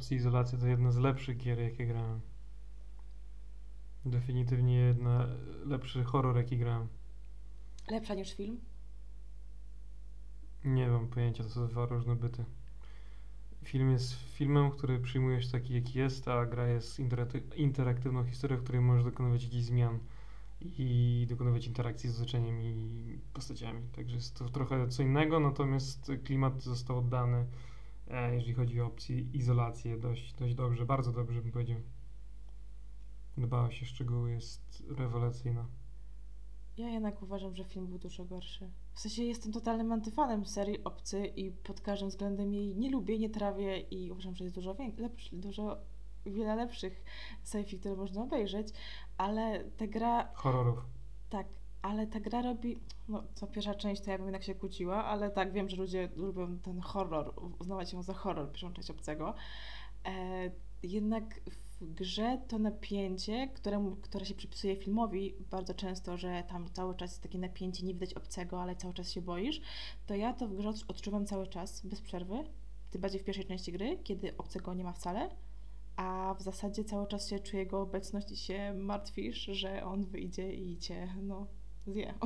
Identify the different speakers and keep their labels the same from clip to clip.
Speaker 1: Opcji Izolacja to jedna z lepszych gier, jakie grałem. Definitywnie jedna lepszy horror, jaki grałem.
Speaker 2: Lepsza niż film?
Speaker 1: Nie mam pojęcia, to są dwa różne byty. Film jest filmem, który przyjmujesz taki, jaki jest, a gra jest interaktywną historią, w której możesz dokonywać jakichś zmian i dokonywać interakcji z otoczeniem i postaciami. Także jest to trochę co innego, natomiast klimat został oddany, jeżeli chodzi o opcję izolację, dość dobrze, bardzo dobrze bym powiedział. Dbała się szczegóły, jest rewelacyjna.
Speaker 2: Ja jednak uważam, że film był dużo gorszy. W sensie jestem totalnym antyfanem serii Obcy i pod każdym względem jej nie lubię, nie trawię i uważam, że jest dużo wiele lepszych sci-fi, które można obejrzeć, ale ta gra,
Speaker 1: Horrorów.
Speaker 2: tak, ale ta gra robi, no co pierwsza część to ja bym jednak się kłóciła, ale tak, wiem, że ludzie lubią ten horror, uznawać ją za horror, pierwszą część Obcego. Jednak w grze to napięcie, które się przypisuje filmowi bardzo często, że tam cały czas jest takie napięcie, nie widać obcego, ale cały czas się boisz, to ja to w grze odczuwam cały czas, bez przerwy, tym bardziej w pierwszej części gry, kiedy obcego nie ma wcale, a w zasadzie cały czas się czuje jego obecność i się martwisz, że on wyjdzie i cię, no, zje.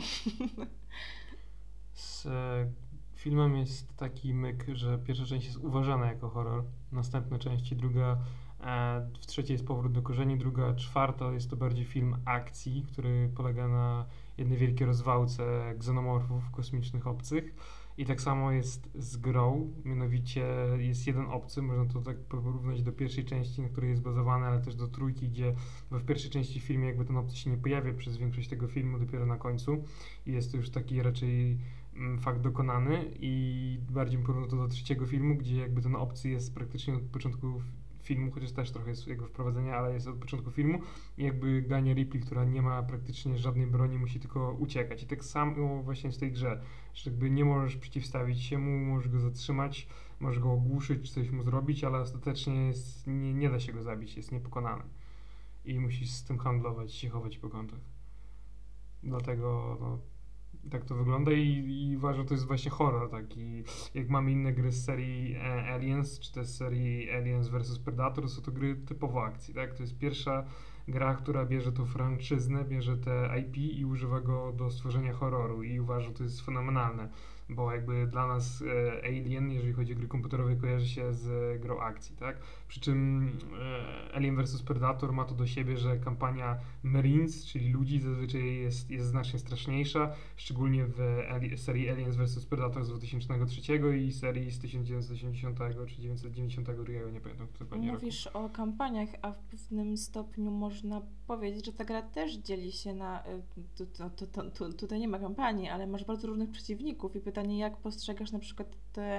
Speaker 1: Z filmem jest taki myk, że pierwsza część jest uważana jako horror, następne części, druga, w trzeciej jest powrót do korzeni, druga, czwarta jest to bardziej film akcji, który polega na jednej wielkiej rozwałce gzenomorfów, kosmicznych obcych. I tak samo jest z grą, mianowicie jest jeden obcy, można to tak porównać do pierwszej części, na której jest bazowane, ale też do trójki, gdzie w pierwszej części w filmie jakby ten obcy się nie pojawia przez większość tego filmu, dopiero na końcu. I jest to już taki raczej fakt dokonany i bardziej bym porównał to do trzeciego filmu, gdzie jakby ten obcy jest praktycznie od początku filmu, chociaż też trochę jest jego wprowadzenia, ale jest od początku filmu i jakby Gania Ripley, która nie ma praktycznie żadnej broni, musi tylko uciekać. I tak samo właśnie w tej grze, że jakby nie możesz przeciwstawić się mu, możesz go zatrzymać, możesz go ogłuszyć, czy coś mu zrobić, ale ostatecznie nie da się go zabić, jest niepokonany. I musisz z tym handlować, się chować po kątach. Dlatego no, tak to wygląda i uważam, że to jest właśnie horror taki. Jak mamy inne gry z serii Aliens, czy też z serii Aliens vs Predator, są to gry typowo akcji, tak? To jest pierwsza gra, która bierze tą franczyznę, bierze te IP i używa go do stworzenia horroru i uważam, że to jest fenomenalne, bo jakby dla nas Alien, jeżeli chodzi o gry komputerowe, kojarzy się z grą akcji, tak? Przy czym Alien vs Predator ma to do siebie, że kampania Marines, czyli ludzi, zazwyczaj jest znacznie straszniejsza, szczególnie w serii Aliens vs Predator z 2003 i serii z 1980 czy 1992, nie pamiętam dokładnie roku.
Speaker 2: Mówisz o kampaniach, a w pewnym stopniu można powiedzieć, że ta gra też dzieli się na. Tutaj nie ma kampanii, ale masz bardzo różnych przeciwników i pytanie, jak postrzegasz na przykład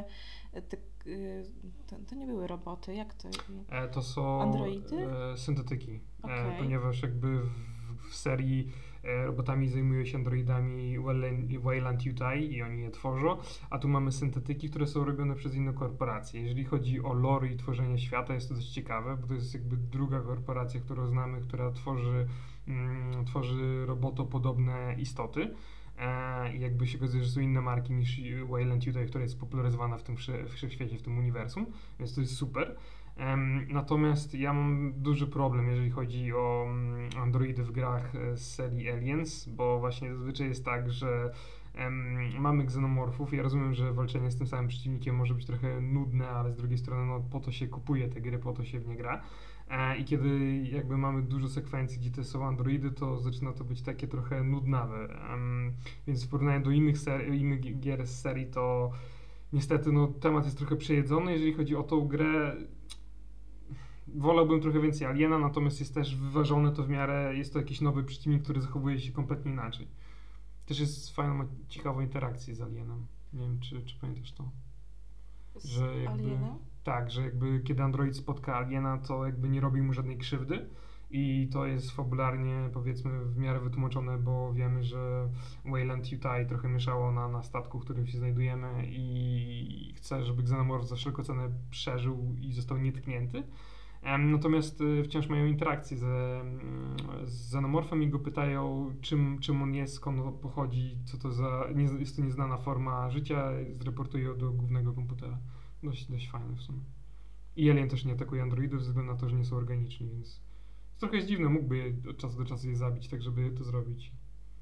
Speaker 2: to nie były roboty, jak to?
Speaker 1: To są
Speaker 2: Androidy?
Speaker 1: syntetyki,
Speaker 2: Okej.
Speaker 1: ponieważ jakby w serii robotami zajmują się androidami Wayland Yutani i oni je tworzą, a tu mamy syntetyki, które są robione przez inne korporacje. Jeżeli chodzi o lore i tworzenie świata, jest to dość ciekawe, bo to jest jakby druga korporacja, którą znamy, która tworzy robotopodobne istoty. I jakby się okazuje, że są inne marki niż Wayland Yutani, która jest popularyzowana w tym wszechświecie, w tym uniwersum, więc to jest super. Natomiast ja mam duży problem, jeżeli chodzi o androidy w grach z serii Aliens, bo właśnie zazwyczaj jest tak, że mamy xenomorfów. Ja rozumiem, że walczenie z tym samym przeciwnikiem może być trochę nudne, ale z drugiej strony no, po to się kupuje te gry, po to się w nie gra. I kiedy jakby mamy dużo sekwencji, gdzie to są androidy, to zaczyna to być takie trochę nudnawe. Więc w porównaniu do innych gier z serii, to niestety no, temat jest trochę przejedzony. Jeżeli chodzi o tą grę, wolałbym trochę więcej Aliena, natomiast jest też wyważone to w miarę, jest to jakiś nowy przeciwnik, który zachowuje się kompletnie inaczej. Też jest fajną, ma ciekawą interakcję z Alienem. Nie wiem, czy pamiętasz to?
Speaker 2: Z
Speaker 1: Że jakby,
Speaker 2: Aliena?
Speaker 1: tak, że jakby kiedy android spotka aliena, to jakby nie robi mu żadnej krzywdy i to jest fabularnie powiedzmy w miarę wytłumaczone, bo wiemy, że Wayland Yutani trochę mieszało na statku, w którym się znajdujemy i chce, żeby Xenomorph za wszelką cenę przeżył i został nietknięty. Natomiast wciąż mają interakcję z Xenomorfem i go pytają, czym on jest, skąd on pochodzi, co to za, jest to nieznana forma życia, zreportują do głównego komputera. Dość fajne w sumie. I Alien też nie atakuje androidów ze względu na to, że nie są organiczni, więc trochę jest dziwne, mógłby od czasu do czasu je zabić, tak żeby to zrobić.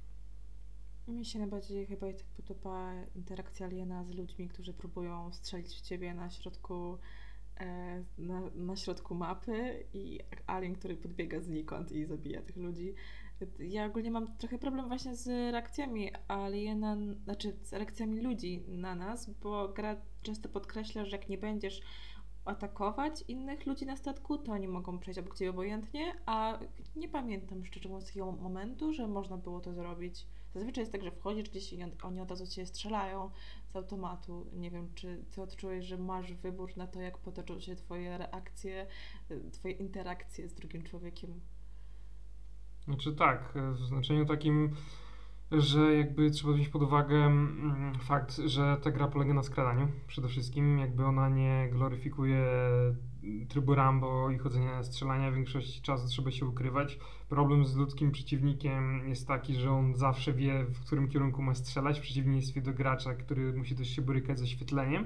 Speaker 2: Mi się najbardziej chyba i tak podoba interakcja aliena z ludźmi, którzy próbują strzelić w ciebie na środku, na środku mapy i alien, który podbiega znikąd i zabija tych ludzi. Ja ogólnie mam trochę problem właśnie z reakcjami aliena, znaczy z reakcjami ludzi na nas, bo gra często podkreśla, że jak nie będziesz atakować innych ludzi na statku, to oni mogą przejść obok ciebie obojętnie, a nie pamiętam szczerze mówiąc takiego momentu, że można było to zrobić. Zazwyczaj jest tak, że wchodzisz gdzieś i oni od razu cię strzelają z automatu. Nie wiem, czy ty odczułeś, że masz wybór na to, jak potoczą się twoje reakcje, twoje interakcje z drugim człowiekiem.
Speaker 1: Znaczy tak, w znaczeniu takim, że jakby trzeba wziąć pod uwagę fakt, że ta gra polega na skradaniu przede wszystkim, jakby ona nie gloryfikuje trybu Rambo i chodzenia strzelania, większość czasu trzeba się ukrywać. Problem z ludzkim przeciwnikiem jest taki, że on zawsze wie, w którym kierunku ma strzelać, w przeciwieństwie do gracza, który musi też się borykać ze świetleniem.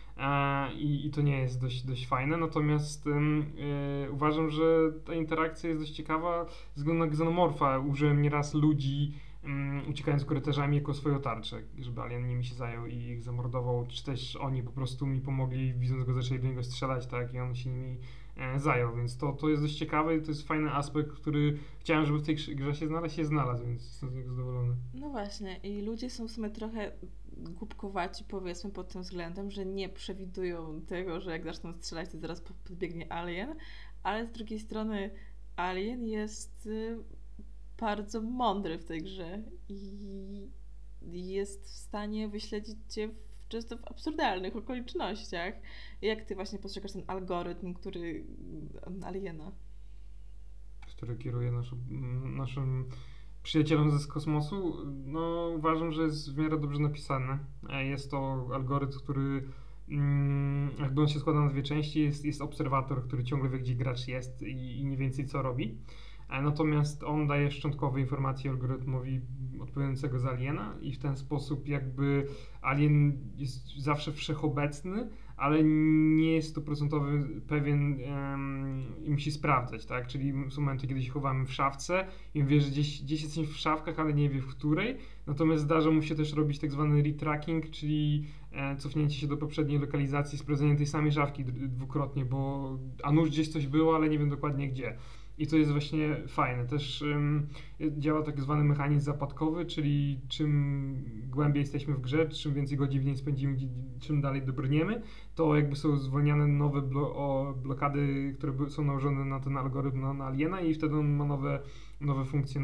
Speaker 1: I to nie jest dość fajne, natomiast uważam, że ta interakcja jest dość ciekawa ze względu na Xenomorfa. Użyłem nieraz ludzi uciekając korytarzami jako swoją tarczę, żeby alien nimi się zajął i ich zamordował, czy też oni po prostu mi pomogli, widząc go zaczęli do niego strzelać, tak, i on się nimi zajął, więc to jest dość ciekawe i to jest fajny aspekt, który chciałem, żeby w tej grze się znalazł, więc jestem z niego zadowolony.
Speaker 2: No właśnie, i ludzie są w sumie trochę głupkowaci, powiedzmy, pod tym względem, że nie przewidują tego, że jak zaczną strzelać, to zaraz podbiegnie alien, ale z drugiej strony alien jest bardzo mądry w tej grze i jest w stanie wyśledzić cię często w absurdalnych okolicznościach. Jak ty właśnie postrzegasz ten algorytm, który aliena?
Speaker 1: Który kieruje naszym przyjacielem z kosmosu, no uważam, że jest w miarę dobrze napisany. Jest to algorytm, który jakby on się składa na dwie części. Jest obserwator, który ciągle wie, gdzie gracz jest i mniej więcej co robi. Natomiast on daje szczątkowe informacje algorytmowi odpowiadającego za aliena i w ten sposób jakby alien jest zawsze wszechobecny, ale nie jest stuprocentowy pewien i musi sprawdzać, tak? Czyli są momenty, kiedy się chowamy w szafce i on wie, że gdzieś jesteśmy w szafkach, ale nie wie w której. Natomiast zdarza mu się też robić tak zwany retracking, czyli cofnięcie się do poprzedniej lokalizacji, sprawdzenie tej samej szafki dwukrotnie, bo a nuż gdzieś coś było, ale nie wiem dokładnie gdzie. I to jest właśnie fajne. Też działa tak zwany mechanizm zapadkowy, czyli czym głębiej jesteśmy w grze, czym więcej godzin w niej spędzimy, czym dalej dobrniemy, to jakby są zwolnione nowe blokady, które są nałożone na ten algorytm, na aliena i wtedy on ma nowe funkcje,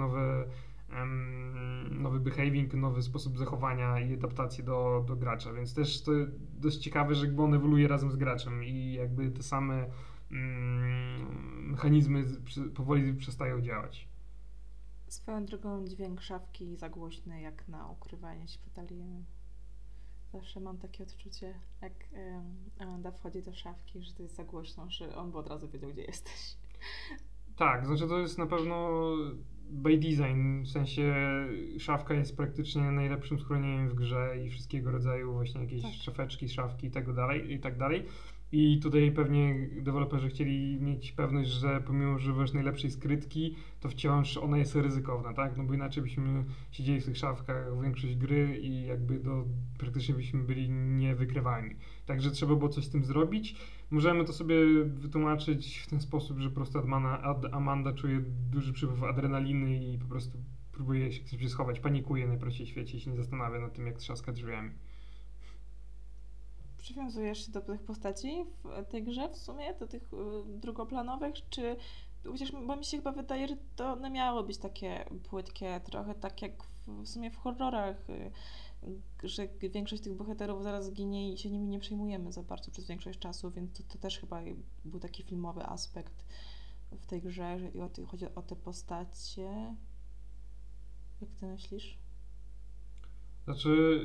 Speaker 1: nowy behaving, nowy sposób zachowania i adaptacji do gracza, więc też to dość ciekawe, że jakby on ewoluuje razem z graczem i jakby te same mechanizmy powoli przestają działać.
Speaker 2: Swoją drogą dźwięk szafki za głośny jak na ukrywanie się przed alienem. Zawsze mam takie odczucie, jak Amanda wchodzi do szafki, że to jest za głośno, że on by od razu wiedział, gdzie jesteś.
Speaker 1: Tak, znaczy to jest na pewno by design, w sensie szafka jest praktycznie najlepszym schronieniem w grze i wszystkiego rodzaju właśnie jakieś
Speaker 2: Tak.
Speaker 1: szafeczki, szafki i tak dalej. I tutaj pewnie deweloperzy chcieli mieć pewność, że pomimo, że używasz najlepszej skrytki, to wciąż ona jest ryzykowna, tak? No bo inaczej byśmy siedzieli w tych szafkach większość gry i jakby praktycznie byśmy byli niewykrywalni. Także trzeba było coś z tym zrobić. Możemy to sobie wytłumaczyć w ten sposób, że po prostu Amanda czuje duży przypływ adrenaliny i po prostu próbuje się gdzieś schować, panikuje najprościej w świecie i się nie zastanawia nad tym, jak trzaska drzwiami.
Speaker 2: Przywiązujesz się do tych postaci w tej grze w sumie, do tych drugoplanowych, czy chociaż, bo mi się chyba wydaje, że to one miało być takie płytkie, trochę tak jak w sumie w horrorach, że większość tych bohaterów zaraz zginie i się nimi nie przejmujemy za bardzo przez większość czasu, więc to też chyba był taki filmowy aspekt w tej grze, jeżeli chodzi o te postacie. Jak ty myślisz?
Speaker 1: Znaczy,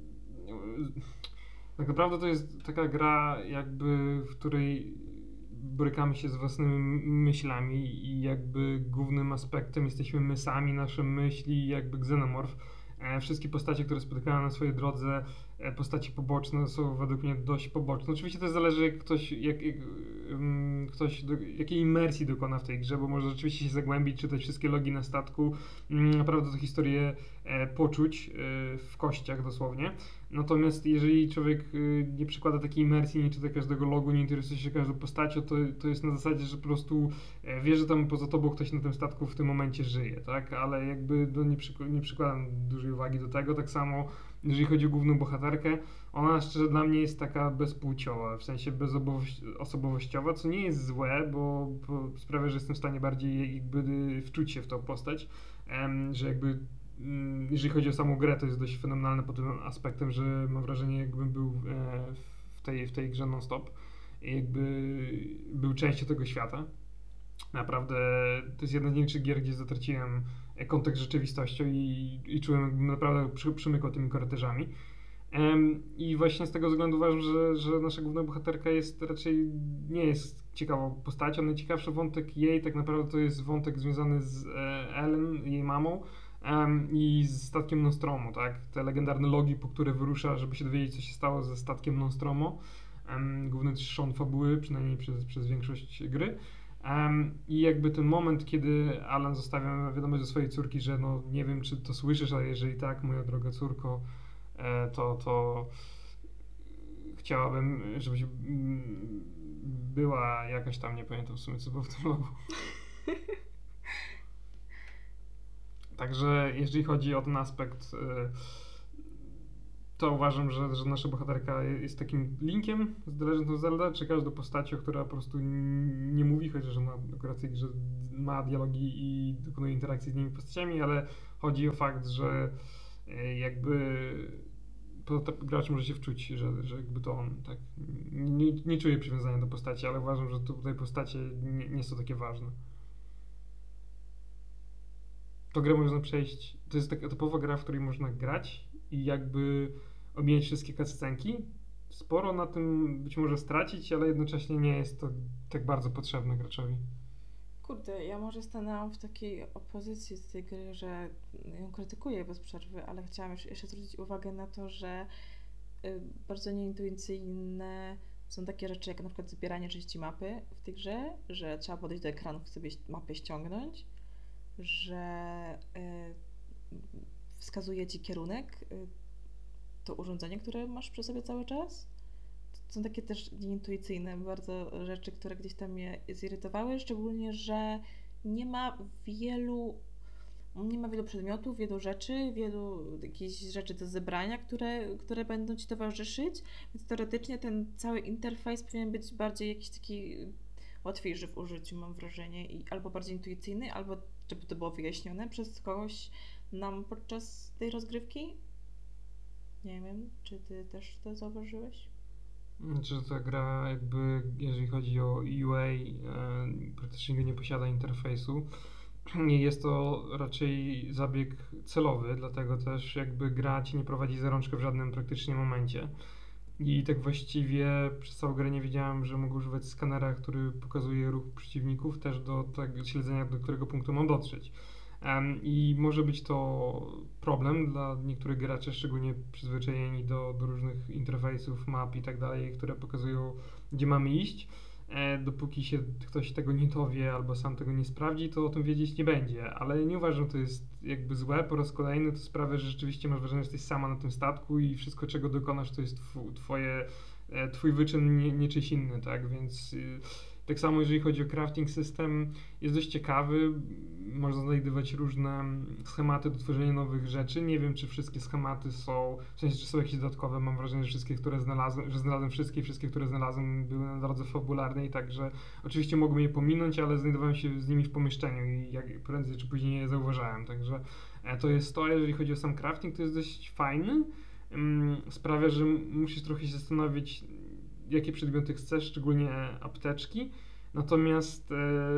Speaker 1: tak naprawdę to jest taka gra jakby, w której borykamy się z własnymi myślami i jakby głównym aspektem jesteśmy my sami, nasze myśli, jakby Xenomorph. Wszystkie postacie, które spotykamy na swojej drodze postaci poboczne są według mnie dość poboczne. Oczywiście to zależy jakiej imersji dokona w tej grze, bo może rzeczywiście się zagłębić, czytać wszystkie logi na statku, naprawdę tę historię poczuć w kościach dosłownie. Natomiast jeżeli człowiek nie przykłada takiej imersji, nie czyta każdego logu, nie interesuje się każdą postacią, to jest na zasadzie, że po prostu wie, że tam poza tobą ktoś na tym statku w tym momencie żyje, tak? Ale jakby nie przykładam dużej uwagi do tego. Tak samo jeżeli chodzi o główną bohaterkę, ona szczerze dla mnie jest taka bezpłciowa, w sensie bezosobowościowa, co nie jest złe, bo sprawia, że jestem w stanie bardziej jakby wczuć się w tą postać, że jakby jeżeli chodzi o samą grę, to jest dość fenomenalne pod tym aspektem, że mam wrażenie, jakbym był w tej grze non-stop i jakby był częścią tego świata. Naprawdę to jest jedna z większych gier, gdzie zatraciłem kontakt z rzeczywistością i czułem, jakbym naprawdę przymykał tymi korytarzami. I właśnie z tego względu uważam, że nasza główna bohaterka nie jest ciekawą postacią. Najciekawszy wątek jej tak naprawdę to jest wątek związany z Ellen, jej mamą, i z statkiem Nostromo, tak? Te legendarne logi, po które wyrusza, żeby się dowiedzieć, co się stało ze statkiem Nostromo. Główny trzon fabuły, przynajmniej przez większość gry. I jakby ten moment, kiedy Alan zostawia wiadomość do swojej córki, że no nie wiem, czy to słyszysz, ale jeżeli tak, moja droga córko, to chciałabym, żebyś była jakaś tam, nie pamiętam w sumie, co było w tym logu. Także jeżeli chodzi o ten aspekt, to uważam, że nasza bohaterka jest takim linkiem z The Legend of Zelda, czy każdą postacią, która po prostu nie mówi, chociaż ona akurat w tej grze ma dialogi i dokonuje interakcji z innymi postaciami, ale chodzi o fakt, że jakby gracz może się wczuć, że jakby to on, tak. Nie czuje przywiązania do postaci, ale uważam, że tutaj postacie nie są takie ważne. To grę można przejść, to jest taka typowa gra, w której można grać i jakby omijać wszystkie cutscenki. Sporo na tym być może stracić, ale jednocześnie nie jest to tak bardzo potrzebne graczowi.
Speaker 2: Kurde, ja może stanęłam w takiej opozycji z tej gry, że ją krytykuję bez przerwy, ale chciałam jeszcze zwrócić uwagę na to, że bardzo nieintuicyjne są takie rzeczy, jak na przykład zbieranie części mapy w tej grze, że trzeba podejść do ekranu, sobie mapę ściągnąć, że wskazuje ci kierunek, to urządzenie, które masz przy sobie cały czas. To są takie też nieintuicyjne bardzo rzeczy, które gdzieś tam mnie zirytowały, szczególnie, że nie ma wielu przedmiotów, wielu rzeczy, wielu jakichś rzeczy do zebrania, które będą ci towarzyszyć, więc teoretycznie ten cały interfejs powinien być bardziej jakiś taki łatwiejszy w użyciu, mam wrażenie, i albo bardziej intuicyjny, albo żeby to było wyjaśnione przez kogoś nam podczas tej rozgrywki. Nie wiem, czy ty też to zauważyłeś?
Speaker 1: Znaczy, że ta gra jakby, jeżeli chodzi o UA, praktycznie nie posiada interfejsu. Nie jest to raczej zabieg celowy, dlatego też jakby gra ci nie prowadzi za rączkę w żadnym praktycznie momencie. I tak właściwie przez całą grę nie wiedziałem, że mogę używać skanera, który pokazuje ruch przeciwników, też do tego śledzenia, do którego punktu mam dotrzeć. I może być to problem dla niektórych graczy, szczególnie przyzwyczajeni do różnych interfejsów, map i tak dalej, które pokazują, gdzie mamy iść. Dopóki się ktoś tego nie dowie albo sam tego nie sprawdzi, to o tym wiedzieć nie będzie. Ale nie uważam, że to jest jakby złe. Po raz kolejny to sprawia, że rzeczywiście masz wrażenie, że jesteś sama na tym statku i wszystko, czego dokonasz, to jest twój wyczyn, nie czyjś inny, tak? Więc tak samo jeżeli chodzi o crafting system, jest dość ciekawy. Można znajdywać różne schematy do tworzenia nowych rzeczy. Nie wiem, czy wszystkie schematy są, w sensie, czy są jakieś dodatkowe. Mam wrażenie, że wszystkie, które znalazłem wszystkie, które znalazłem, były na drodze fabularnej, także oczywiście mogłem je pominąć, ale znajdowałem się z nimi w pomieszczeniu i prędzej czy później je zauważałem. Także to jest to, jeżeli chodzi o sam crafting, to jest dość fajny. Sprawia, że musisz trochę się zastanowić, jakie przedmioty chcesz, szczególnie apteczki. Natomiast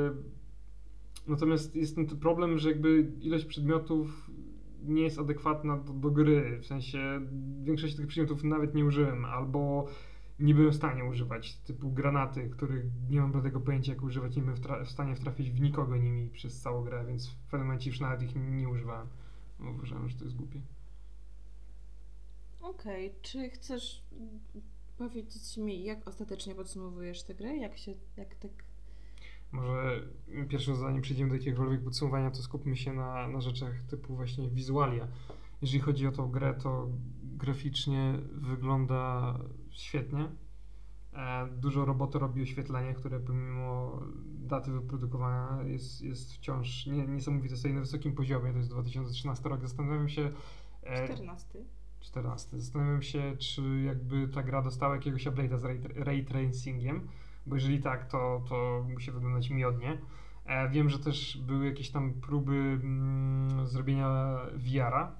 Speaker 1: jest ten problem, że jakby ilość przedmiotów nie jest adekwatna do gry. W sensie większości tych przedmiotów nawet nie użyłem, albo nie byłem w stanie używać, typu granaty, których nie mam żadnego pojęcia jak używać, nie byłem w stanie wtrafić w nikogo nimi przez całą grę, więc w pewnym momencie już nawet ich nie używałem. Uważałem, że to jest głupie.
Speaker 2: Okej, czy chcesz powiedzieć mi, jak ostatecznie podsumowujesz tę grę? Jak tak...
Speaker 1: Może pierwszym zanim przejdziemy do jakiegokolwiek podsumowania, to skupmy się na rzeczach typu właśnie wizualia. Jeżeli chodzi o tą grę, to graficznie wygląda świetnie. Dużo roboty robi oświetlenie, które pomimo daty wyprodukowania jest wciąż niesamowite, stoi na wysokim poziomie. To jest 2013 rok. Zastanawiam się,
Speaker 2: 14.
Speaker 1: 14. Zastanawiam się, czy jakby ta gra dostała jakiegoś update'a z ray tracingiem, bo jeżeli tak, to musi wyglądać miodnie. Wiem, że też były jakieś tam próby zrobienia VR-a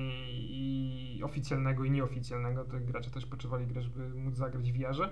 Speaker 1: i oficjalnego i nieoficjalnego. Te gracze też potrzebowali grę, żeby móc zagrać w VR-ze.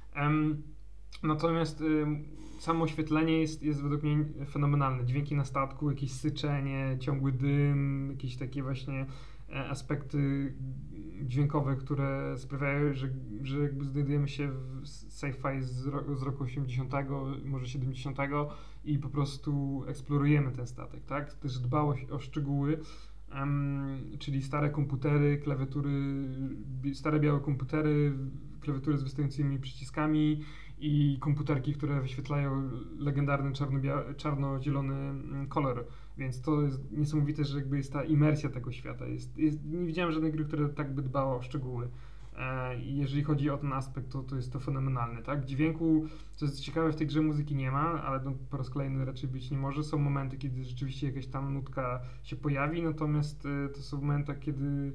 Speaker 1: Natomiast samo oświetlenie jest według mnie fenomenalne. Dźwięki na statku, jakieś syczenie, ciągły dym, jakieś takie właśnie aspekty dźwiękowe, które sprawiają, że jakby znajdujemy się w sci-fi z roku 80., może 70. i po prostu eksplorujemy ten statek, tak? Też dbałość o szczegóły, czyli stare komputery, klawiatury, stare białe komputery, klawiatury z wystającymi przyciskami i komputerki, które wyświetlają legendarny czarno-zielony kolor. Więc to jest niesamowite, że jakby jest ta imersja tego świata. Nie widziałem żadnej gry, która tak by dbała o szczegóły. I jeżeli chodzi o ten aspekt, to jest to fenomenalne, tak? Dźwięku, co jest ciekawe, w tej grze muzyki nie ma, ale no, po raz kolejny raczej być nie może. Są momenty, kiedy rzeczywiście jakaś tam nutka się pojawi, natomiast to są momenty, kiedy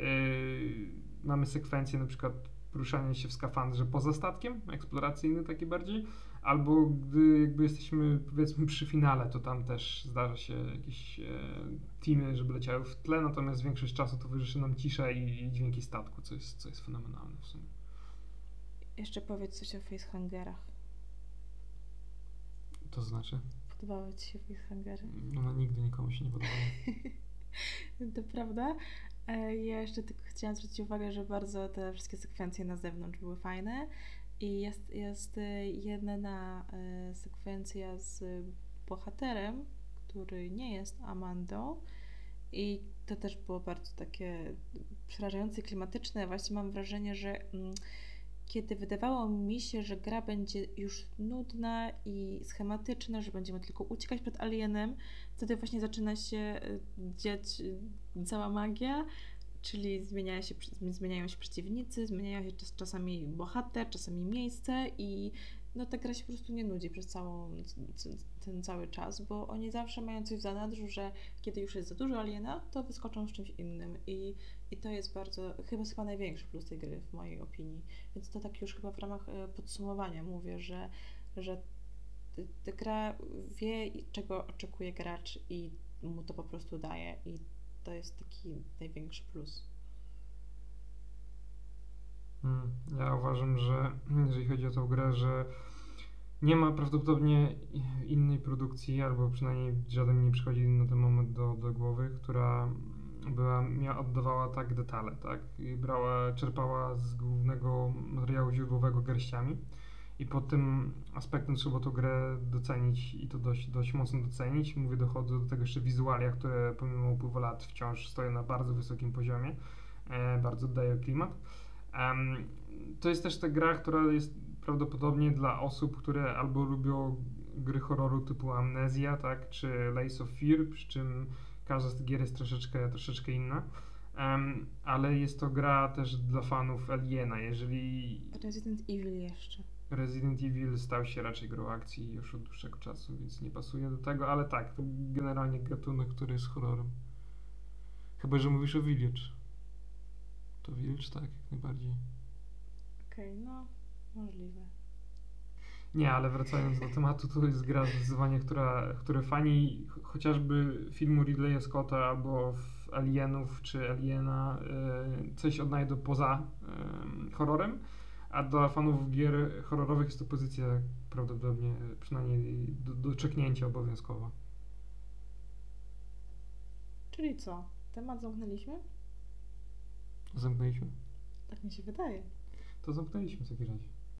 Speaker 1: mamy sekwencję na przykład poruszania się w skafandrze poza statkiem, eksploracyjny taki bardziej, albo gdy jakby jesteśmy powiedzmy przy finale, to tam też zdarza się jakieś teamy, żeby leciały w tle, natomiast większość czasu towarzyszy nam cisza i dźwięki statku, co jest fenomenalne w sumie.
Speaker 2: Jeszcze powiedz coś o facehangerach.
Speaker 1: To znaczy?
Speaker 2: Podobały Ci się facehangery?
Speaker 1: No nigdy nikomu się nie podobało.
Speaker 2: To prawda. Ja jeszcze tylko chciałam zwrócić uwagę, że bardzo te wszystkie sekwencje na zewnątrz były fajne i jest jedna sekwencja z bohaterem, który nie jest Amandą i to też było bardzo takie przerażające i klimatyczne. Właśnie mam wrażenie, że kiedy wydawało mi się, że gra będzie już nudna i schematyczna, że będziemy tylko uciekać przed alienem, wtedy właśnie zaczyna się dziać cała magia, czyli zmieniają się przeciwnicy, zmieniają się czasami bohater, czasami miejsce i no ta gra się po prostu nie nudzi przez ten cały czas, bo oni zawsze mają coś w zanadrzu, że kiedy już jest za dużo aliena, to wyskoczą z czymś innym i to jest chyba największy plus tej gry w mojej opinii. Więc to tak już chyba w ramach podsumowania mówię, że ta gra wie, czego oczekuje gracz i mu to po prostu daje i to jest taki największy plus.
Speaker 1: Ja uważam, że jeżeli chodzi o tą grę, że nie ma prawdopodobnie innej produkcji, albo przynajmniej żaden mi nie przychodzi na ten moment do głowy, która oddawała tak detale, tak? I czerpała z głównego materiału źródłowego garściami. I pod tym aspektem trzeba tą grę docenić i to dość mocno docenić. Mówię, dochodzę do tego jeszcze wizualia, które pomimo upływu lat wciąż stoją na bardzo wysokim poziomie. Bardzo oddają klimat. To jest też ta gra, która jest prawdopodobnie dla osób, które albo lubią gry horroru typu Amnesia, tak, czy Layers of Fear, przy czym każda z tych gier jest troszeczkę inna. Ale jest to gra też dla fanów Aliena, jeżeli
Speaker 2: Resident Evil jeszcze.
Speaker 1: Resident Evil stał się raczej grą akcji już od dłuższego czasu, więc nie pasuje do tego, ale tak, to generalnie gatunek, który jest horrorem. Chyba, że mówisz o Village. To Village tak, jak najbardziej.
Speaker 2: Okej, no możliwe.
Speaker 1: Nie, ale wracając do tematu, to jest gra zdecydowanie, które fani chociażby filmu Ridleya Scotta albo Alienów czy Aliena coś odnajdą poza horrorem, a dla fanów gier horrorowych jest to pozycja prawdopodobnie przynajmniej do czeknięcia obowiązkowa.
Speaker 2: Czyli co? Temat zamknęliśmy?
Speaker 1: Zamknęliśmy?
Speaker 2: Tak mi się wydaje.
Speaker 1: To zamknęliśmy w takim razie.